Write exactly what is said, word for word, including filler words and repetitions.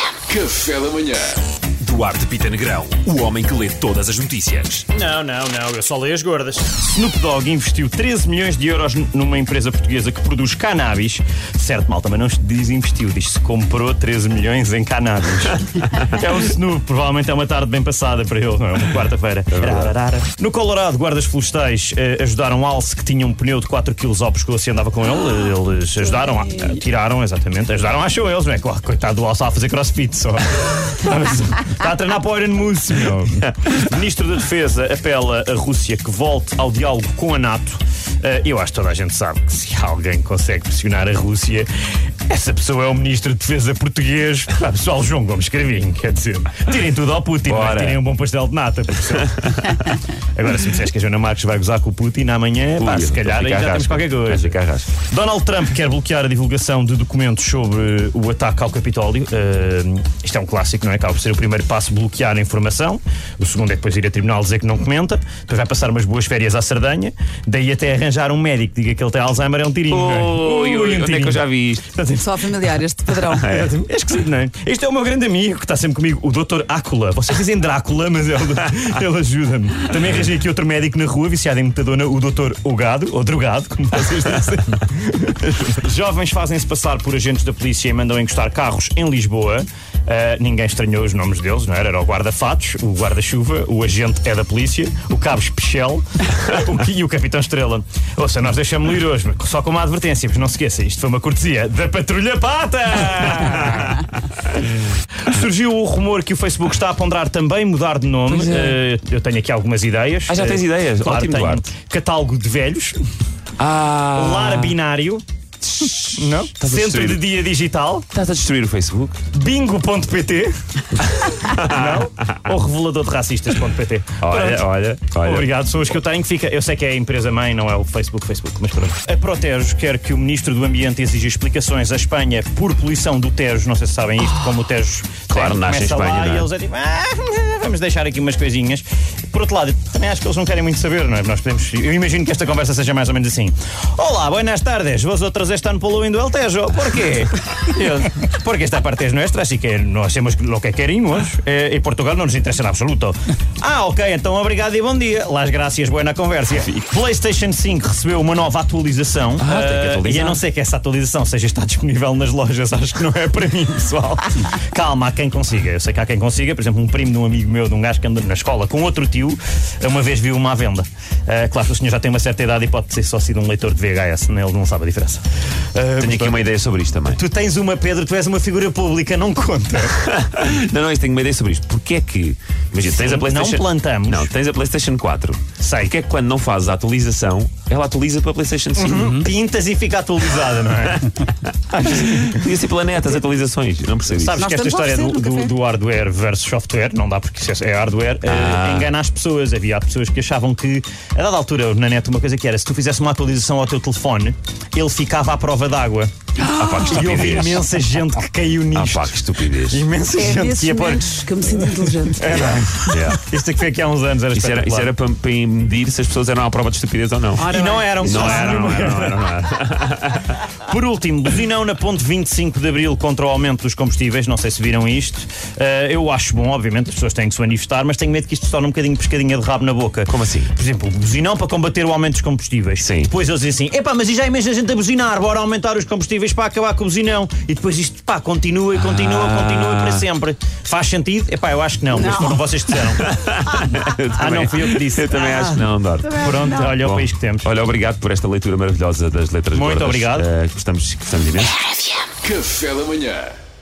Café da manhã. Duarte Pita Negrão, o homem que lê todas as notícias. Não, não, não, eu só leio as gordas. Snoop Dogg investiu treze milhões de euros numa empresa portuguesa que produz cannabis. Certo, mal, também não se diz investiu, diz-se comprou treze milhões em cannabis. É o Snoop, provavelmente é uma tarde bem passada para ele, não é? Uma quarta-feira. No Colorado, guardas florestais eh, ajudaram Alce, que tinha um pneu de quatro quilos ao pescoço e andava com ele. Eles ajudaram, a, tiraram, exatamente, ajudaram, acham eles, não é? Claro, coitado do Alce a fazer crossfit só. Está a treinar para o Iron Moose, meu. O Ministro da Defesa apela a Rússia que volte ao diálogo com a NATO. Uh, eu acho que toda a gente sabe que se alguém consegue pressionar a Rússia, essa pessoa é o Ministro de Defesa português. Ah, pessoal, João Gomes Cravinho, quer dizer, tirem tudo ao Putin, mas tirem um bom pastel de nata. Agora, se me disseres que a Joana Marques vai gozar com o Putin amanhã, Ui, pá, se calhar aí já temos qualquer coisa. Donald Trump quer bloquear a divulgação de documentos sobre o ataque ao Capitólio. Uh, isto é um clássico, não é? Acaba por ser o primeiro passo, bloquear a informação. O segundo é depois ir a tribunal dizer que não comenta. Depois vai passar umas boas férias à Sardanha. Daí até arranjar um médico que diga que ele tem Alzheimer é um tirinho. Oh, não é? Ui, ui, onde é que eu já vi isto? Só familiar, este padrão. É, é esquisito, não é? Este é o meu grande amigo que está sempre comigo, o doutor Ácula. Vocês dizem Drácula, mas ele, ele ajuda-me. Também arranjei aqui outro médico na rua, viciado em metadona, o doutor Ogado, ou Drogado, como vocês dizem. Jovens fazem-se passar por agentes da polícia e mandam encostar carros em Lisboa. Uh, ninguém estranhou os nomes deles, não era? Era o guarda-fatos, o guarda-chuva, o agente é da polícia, o cabo Especial o, e o capitão Estrela. Ou seja, nós deixamos-lo ir hoje, só com uma advertência, mas não se esqueça, isto foi uma cortesia da Patrulha Pata! Surgiu o rumor que o Facebook está a ponderar também mudar de nome. É. Uh, eu tenho aqui algumas ideias. Ah, já tens uh, ideias? Claro, Ótimo, tenho Duarte. Catálogo de velhos. Ah. Lar binário. Não? Centro de dia digital. Estás a destruir o Facebook? bingo ponto pt. Não? Ou revelador de racistas ponto pt. Olha, olha, olha. Obrigado, são os que eu tenho que fica. Eu sei que é a empresa mãe, não é o Facebook, Facebook, mas pronto. A Protejos quer que o Ministro do Ambiente exija explicações à Espanha por poluição do Tejo. Não sei se sabem isto, como o Tejo claro, nasce em Espanha, lá, não é? E eles é tipo, ah, vamos deixar aqui umas coisinhas. Por outro lado, também acho que eles não querem muito saber, não é? Nós podemos, eu imagino que esta conversa seja mais ou menos assim. Olá, buenas tardes, vosotros están poluindo el Tejo. ¿Por qué? Eu, porque esta parte es nuestra, así que no hacemos lo que queremos eh, e Portugal não nos interessa em absoluto. Ah, ok, então obrigado e bom dia. Las gracias, buena conversa. PlayStation cinco recebeu uma nova atualização. Ah, tem que atualizar. E a não ser que essa atualização seja estar disponível nas lojas, acho que não é para mim, pessoal. Calma, há quem consiga. Eu sei que há quem consiga. Por exemplo, um primo de um amigo meu, de um gajo que anda na escola com outro tio, uma vez viu uma à venda. Uh, claro que o senhor já tem uma certa idade e pode ter só sido um leitor de V H S, né? Ele não sabe a diferença. Uh, Tenho aqui uma ideia sobre isto também. Tu tens uma, Pedro, tu és uma figura pública, não conta. Não, não, eu tenho uma ideia sobre isto. Porquê é que, imagina, tens a PlayStation... Não plantamos. Não, tens a PlayStation quatro. Sei. Porquê é que quando não fazes a atualização, ela atualiza para a PlayStation cinco? Uhum. Pintas e fica atualizada, não é? Podia ser planetas, atualizações. Não percebi. Sabes Nós que esta estamos a história do, oferecer no do, café. do hardware versus software, não dá porque isso é hardware, Ah. uh, engana as pessoas. Havia pessoas que achavam que, a dada altura, na net, uma coisa que era, se tu fizesse uma atualização ao teu telefone, ele ficava à prova d'água. Ah, pá, que E houve estupidez. imensa gente que caiu Ah, nisto. pá, que estupidez. Imensa É gente que nesses ia pôr. momentos que eu me sinto inteligente. Yeah. Isto aqui foi aqui há uns anos, era Isso era, isso espetacular. era para, para medir se as pessoas eram à prova de estupidez ou não. E não eram. Não era, não era, não era, não era. Por último, buzinão na ponte vinte e cinco de Abril contra o aumento dos combustíveis. Não sei se viram isto. Uh, eu acho bom, obviamente, as pessoas têm que se manifestar, mas tenho medo que isto se torne um bocadinho pescadinha de rabo na boca. Como assim? Por exemplo, buzinão para combater o aumento dos combustíveis. Sim. Depois eles dizem assim, epá, mas e já imensa gente a buzinar, bora aumentar os combustíveis para acabar com o buzinão. E depois isto, pá, continua e continua, Ah. continua para sempre. Faz sentido? Epá, eu acho que não, mas Não. foram vocês que disseram. Ah, não, fui eu que disse. Eu também Ah. acho que não, Duarte. Pronto, olha o Bom, país que temos. Olha, obrigado por esta leitura maravilhosa das letras Muito gordas. obrigado. Uh, gostamos, gostamos imenso. Café da manhã.